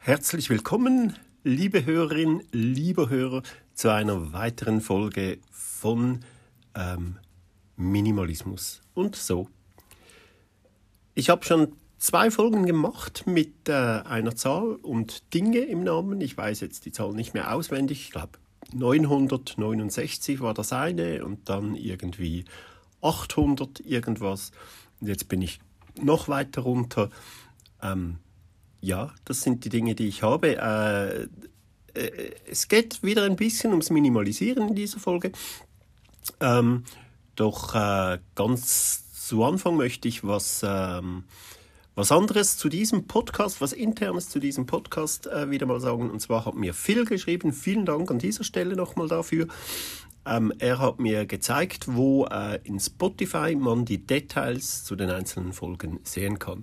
Herzlich willkommen, liebe Hörerin, lieber Hörer, zu einer weiteren Folge von Minimalismus und so. Ich habe schon 2 Folgen gemacht mit einer Zahl und Dinge im Namen. Ich weiß jetzt die Zahl nicht mehr auswendig. Ich glaube 969 war das eine und dann irgendwie 800 irgendwas. Und jetzt bin ich noch weiter runter. Ja, das sind die Dinge, die ich habe. Es geht wieder ein bisschen ums Minimalisieren in dieser Folge. Doch ganz zu Anfang möchte ich was anderes zu diesem Podcast, was Internes zu diesem Podcast wieder mal sagen. Und zwar hat mir Phil geschrieben, vielen Dank an dieser Stelle nochmal dafür. Er hat mir gezeigt, wo in Spotify man die Details zu den einzelnen Folgen sehen kann.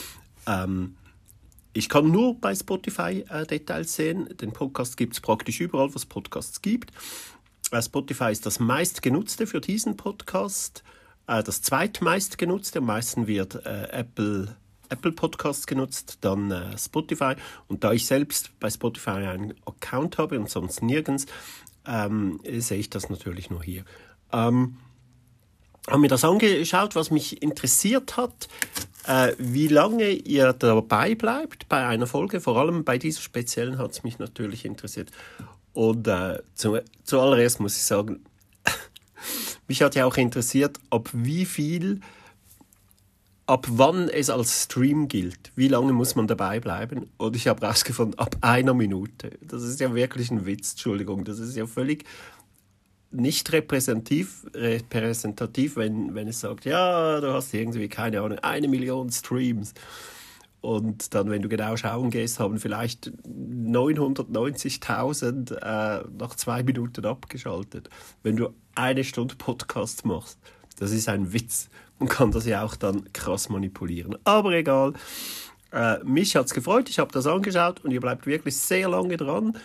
Ich kann nur bei Spotify Details sehen. Den Podcast gibt es praktisch überall, was Podcasts gibt. Spotify ist das meistgenutzte für diesen Podcast. Das zweitmeistgenutzte. Am meisten wird Apple Podcasts genutzt, dann Spotify. Und da ich selbst bei Spotify einen Account habe und sonst nirgends, sehe ich das natürlich nur hier. Habe mir das angeschaut, was mich interessiert hat, wie lange ihr dabei bleibt bei einer Folge. Vor allem bei dieser speziellen hat es mich natürlich interessiert. Und zuallererst muss ich sagen, mich hat ja auch interessiert, ab wann es als Stream gilt. Wie lange muss man dabei bleiben? Und ich habe herausgefunden, ab 1 Minute. Das ist ja wirklich ein Witz, Entschuldigung. Das ist ja völlig nicht repräsentativ, wenn es sagt, ja, du hast irgendwie, keine Ahnung, 1 Million Streams. Und dann, wenn du genau schauen gehst, haben vielleicht 990.000 nach 2 Minuten abgeschaltet. Wenn du 1 Stunde Podcast machst, das ist ein Witz. Man kann das ja auch dann krass manipulieren. Aber egal. Mich hat es gefreut, ich habe das angeschaut und ihr bleibt wirklich sehr lange dran.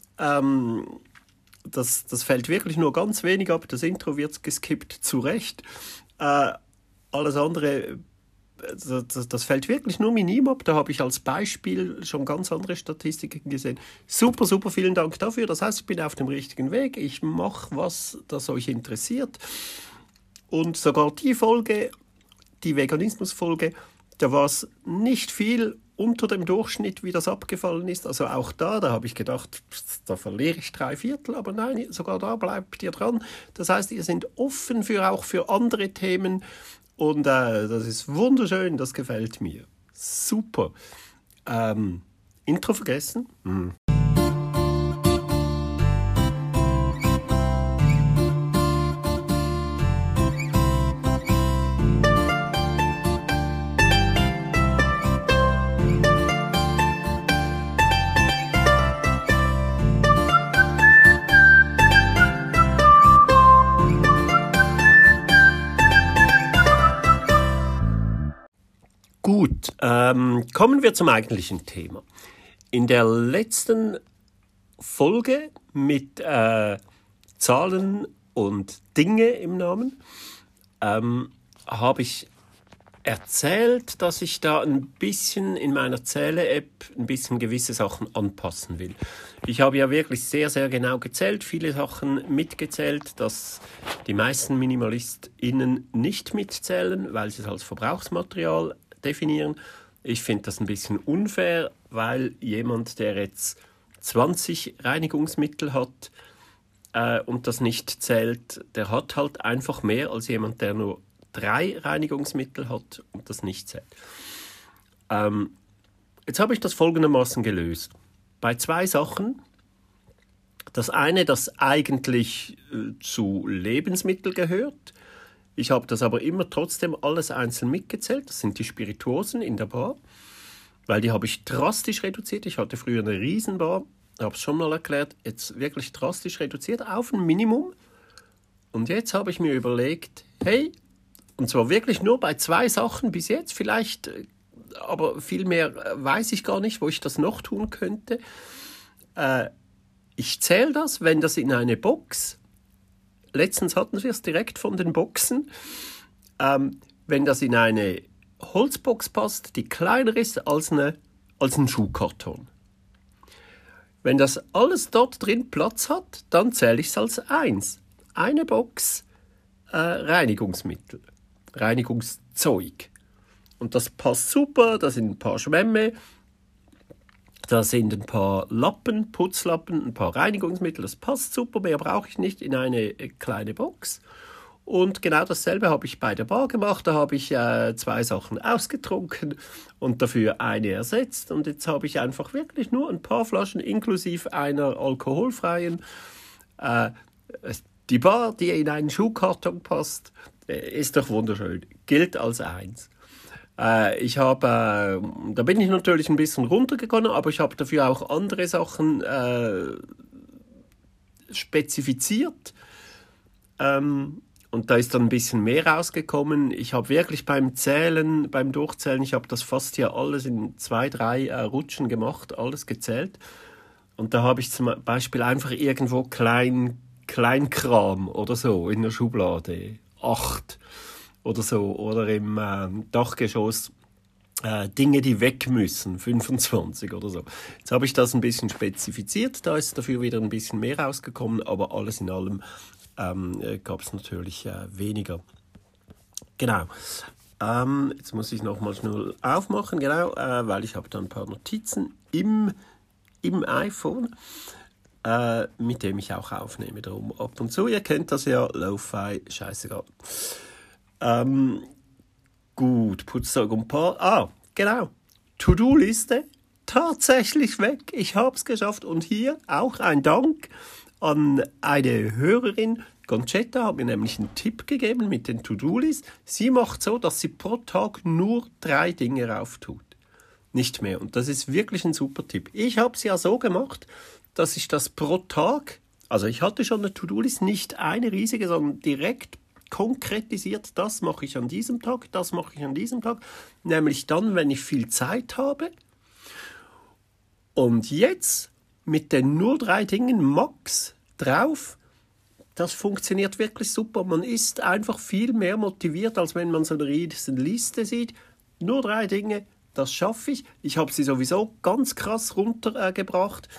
Das fällt wirklich nur ganz wenig ab. Das Intro wird geskippt, zu Recht. Alles andere, das fällt wirklich nur minim ab. Da habe ich als Beispiel schon ganz andere Statistiken gesehen. Super, super, vielen Dank dafür. Das heißt, ich bin auf dem richtigen Weg. Ich mache was, das euch interessiert. Und sogar die Folge, die Veganismus-Folge, da war es nicht viel unter dem Durchschnitt, wie das abgefallen ist. Also auch da habe ich gedacht, da verliere ich 3/4, aber nein, sogar da bleibt ihr dran. Das heißt, ihr seid offen auch für andere Themen und das ist wunderschön, das gefällt mir. Super. Intro vergessen? Gut, kommen wir zum eigentlichen Thema. In der letzten Folge mit Zahlen und Dinge im Namen habe ich erzählt, dass ich da ein bisschen in meiner Zähle-App ein bisschen gewisse Sachen anpassen will. Ich habe ja wirklich sehr, sehr genau gezählt, viele Sachen mitgezählt, dass die meisten MinimalistInnen nicht mitzählen, weil sie es als Verbrauchsmaterial definieren. Ich finde das ein bisschen unfair, weil jemand, der jetzt 20 Reinigungsmittel hat und das nicht zählt, der hat halt einfach mehr als jemand, der nur 3 Reinigungsmittel hat und das nicht zählt. Jetzt habe ich das folgendermaßen gelöst. Bei 2 Sachen. Das eine, das eigentlich zu Lebensmitteln gehört. Ich habe das aber immer trotzdem alles einzeln mitgezählt. Das sind die Spirituosen in der Bar, weil die habe ich drastisch reduziert. Ich hatte früher eine Riesenbar, habe es schon mal erklärt, jetzt wirklich drastisch reduziert auf ein Minimum. Und jetzt habe ich mir überlegt, hey, und zwar wirklich nur bei 2 Sachen bis jetzt, vielleicht, aber viel mehr weiß ich gar nicht, wo ich das noch tun könnte. Ich zähle das, wenn das in eine Box, letztens hatten wir es direkt von den Boxen, wenn das in eine Holzbox passt, die kleiner ist als ein Schuhkarton. Wenn das alles dort drin Platz hat, dann zähle ich es als 1. Eine Box Reinigungsmittel, Reinigungszeug. Und das passt super, da sind ein paar Schwämme, da sind ein paar Lappen, Putzlappen, ein paar Reinigungsmittel, das passt super, mehr brauche ich nicht in eine kleine Box. Und genau dasselbe habe ich bei der Bar gemacht, da habe ich 2 Sachen ausgetrunken und dafür eine ersetzt. Und jetzt habe ich einfach wirklich nur ein paar Flaschen inklusive einer alkoholfreien. Die Bar, die in einen Schuhkarton passt, ist doch wunderschön, gilt als 1. Da bin ich natürlich ein bisschen runtergegangen, aber ich habe dafür auch andere Sachen spezifiziert. Und da ist dann ein bisschen mehr rausgekommen. Ich habe wirklich beim Durchzählen, ich habe das fast hier alles in 2, 3 Rutschen gemacht, alles gezählt. Und da habe ich zum Beispiel einfach irgendwo Kleinkram oder so in der Schublade, 8 oder so, oder im Dachgeschoss Dinge, die weg müssen, 25 oder so. Jetzt habe ich das ein bisschen spezifiziert, da ist dafür wieder ein bisschen mehr rausgekommen, aber alles in allem gab es natürlich weniger. Genau. Jetzt muss ich nochmal schnell aufmachen, genau, weil ich habe da ein paar Notizen im iPhone, mit dem ich auch aufnehme. Darum ab und zu, ihr kennt das ja, Lo-Fi, scheißegal. Gut, Putzzeug und paar. Genau. To-Do-Liste, tatsächlich weg. Ich habe es geschafft. Und hier auch ein Dank an eine Hörerin. Concetta hat mir nämlich einen Tipp gegeben mit den To-Do-List. Sie macht so, dass sie pro Tag nur 3 Dinge rauftut. Nicht mehr. Und das ist wirklich ein super Tipp. Ich habe es ja so gemacht, dass ich das pro Tag, also ich hatte schon eine To-Do-List, nicht eine riesige, sondern direkt konkretisiert, das mache ich an diesem Tag, das mache ich an diesem Tag, nämlich dann, wenn ich viel Zeit habe. Und jetzt mit den nur 3 Dingen max drauf, das funktioniert wirklich super. Man ist einfach viel mehr motiviert, als wenn man so eine riesen Liste sieht. Nur 3 Dinge, das schaffe ich. Ich habe sie sowieso ganz krass runtergebracht.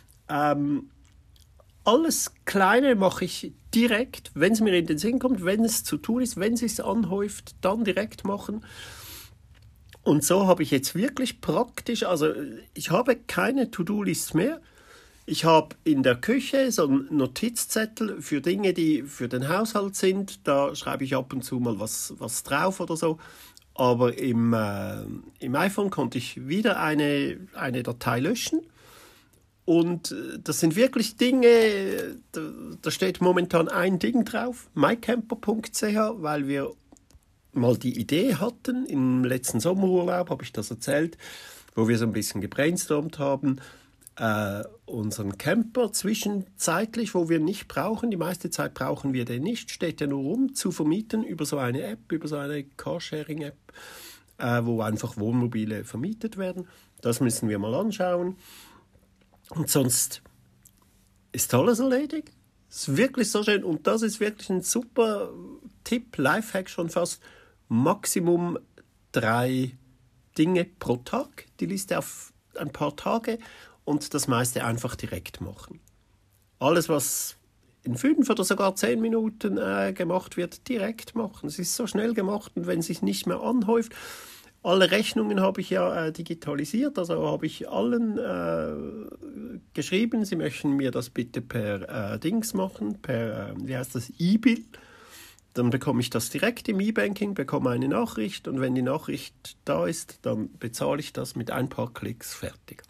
Alles Kleine mache ich direkt, wenn es mir in den Sinn kommt, wenn es zu tun ist, wenn es sich anhäuft, dann direkt machen. Und so habe ich jetzt wirklich praktisch, also ich habe keine To-Do-List mehr. Ich habe in der Küche so einen Notizzettel für Dinge, die für den Haushalt sind. Da schreibe ich ab und zu mal was drauf oder so. Aber im iPhone konnte ich wieder eine Datei löschen. Und das sind wirklich Dinge, da steht momentan ein Ding drauf, mycamper.ch, weil wir mal die Idee hatten, im letzten Sommerurlaub habe ich das erzählt, wo wir so ein bisschen gebrainstormt haben, unseren Camper zwischenzeitlich, wo wir nicht brauchen, die meiste Zeit brauchen wir den nicht, steht ja nur rum, zu vermieten über so eine App, über so eine Carsharing-App, wo einfach Wohnmobile vermietet werden. Das müssen wir mal anschauen. Und sonst ist alles erledigt. Ist wirklich so schön. Und das ist wirklich ein super Tipp, Lifehack schon fast. Maximum 3 Dinge pro Tag. Die Liste auf ein paar Tage und das meiste einfach direkt machen. Alles, was in 5 oder sogar 10 Minuten gemacht wird, direkt machen. Es ist so schnell gemacht und wenn es sich nicht mehr anhäuft. Alle Rechnungen habe ich ja digitalisiert, also habe ich allen geschrieben, sie möchten mir das bitte per Dings machen, per, E-Bill. Dann bekomme ich das direkt im E-Banking, bekomme eine Nachricht und wenn die Nachricht da ist, dann bezahle ich das mit ein paar Klicks, fertig.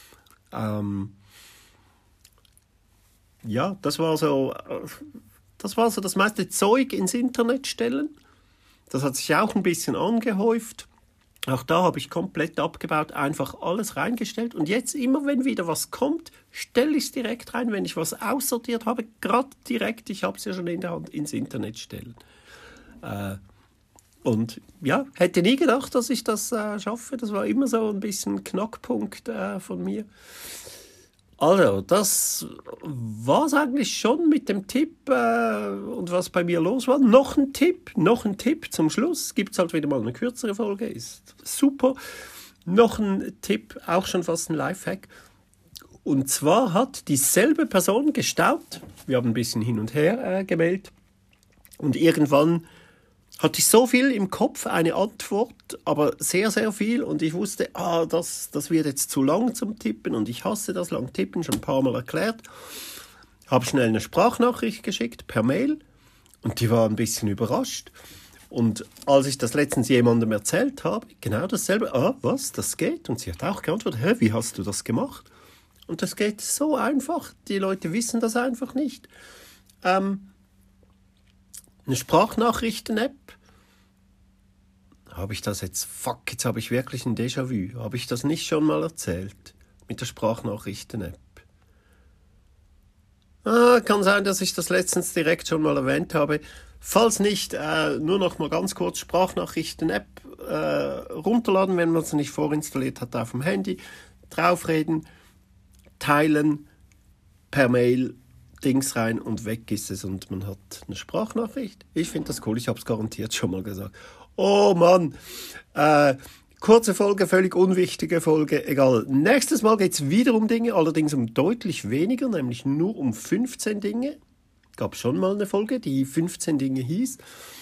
Ja, das war so das meiste Zeug ins Internet stellen. Das hat sich auch ein bisschen angehäuft. Auch da habe ich komplett abgebaut, einfach alles reingestellt. Und jetzt immer, wenn wieder was kommt, stelle ich es direkt rein. Wenn ich was aussortiert habe, gerade direkt, ich habe es ja schon in der Hand, ins Internet stellen. Und ja, hätte nie gedacht, dass ich das schaffe. Das war immer so ein bisschen Knackpunkt von mir. Also, das war es eigentlich schon mit dem Tipp und was bei mir los war. Noch ein Tipp zum Schluss. Gibt es halt wieder mal eine kürzere Folge, ist super. Noch ein Tipp, auch schon fast ein Lifehack. Und zwar hat dieselbe Person gestaunt. Wir haben ein bisschen hin und her gemailt. Und irgendwann hatte ich so viel im Kopf, eine Antwort, aber sehr, sehr viel. Und ich wusste, das wird jetzt zu lang zum Tippen. Und ich hasse das lang Tippen, schon ein paar Mal erklärt. Habe schnell eine Sprachnachricht geschickt per Mail. Und die war ein bisschen überrascht. Und als ich das letztens jemandem erzählt habe, genau dasselbe, was, das geht? Und sie hat auch geantwortet, wie hast du das gemacht? Und das geht so einfach, die Leute wissen das einfach nicht. Eine Sprachnachrichten-App, habe ich das jetzt, jetzt habe ich wirklich ein Déjà-vu, habe ich das nicht schon mal erzählt, mit der Sprachnachrichten-App? Kann sein, dass ich das letztens direkt schon mal erwähnt habe. Falls nicht, nur noch mal ganz kurz Sprachnachrichten-App runterladen, wenn man sie nicht vorinstalliert hat auf dem Handy, draufreden, teilen, per Mail, Dings rein und weg ist es und man hat eine Sprachnachricht. Ich finde das cool, ich habe es garantiert schon mal gesagt. Oh Mann, kurze Folge, völlig unwichtige Folge, egal. Nächstes Mal geht es wieder um Dinge, allerdings um deutlich weniger, nämlich nur um 15 Dinge. Gab schon mal eine Folge, die 15 Dinge hieß.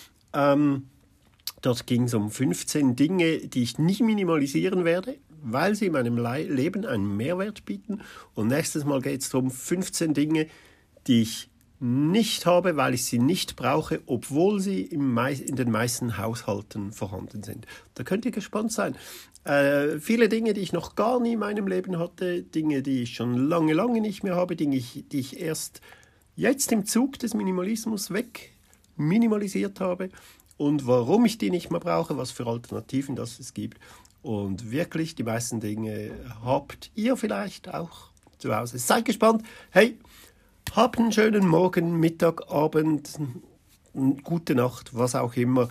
Dort ging es um 15 Dinge, die ich nicht minimalisieren werde, weil sie in meinem Leben einen Mehrwert bieten. Und nächstes Mal geht es darum, 15 Dinge, die ich nicht habe, weil ich sie nicht brauche, obwohl sie in den meisten Haushalten vorhanden sind. Da könnt ihr gespannt sein. Viele Dinge, die ich noch gar nie in meinem Leben hatte, Dinge, die ich schon lange, lange nicht mehr habe, Dinge, die ich erst jetzt im Zug des Minimalismus weg minimalisiert habe und warum ich die nicht mehr brauche, was für Alternativen es gibt. Und wirklich, die meisten Dinge habt ihr vielleicht auch zu Hause. Seid gespannt. Hey, habt einen schönen Morgen, Mittag, Abend, gute Nacht, was auch immer.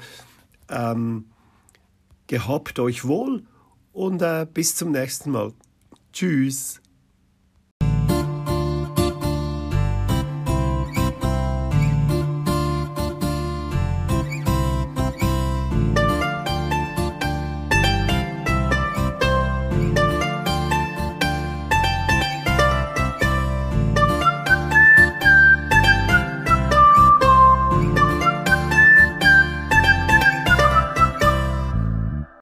Gehabt euch wohl und bis zum nächsten Mal. Tschüss.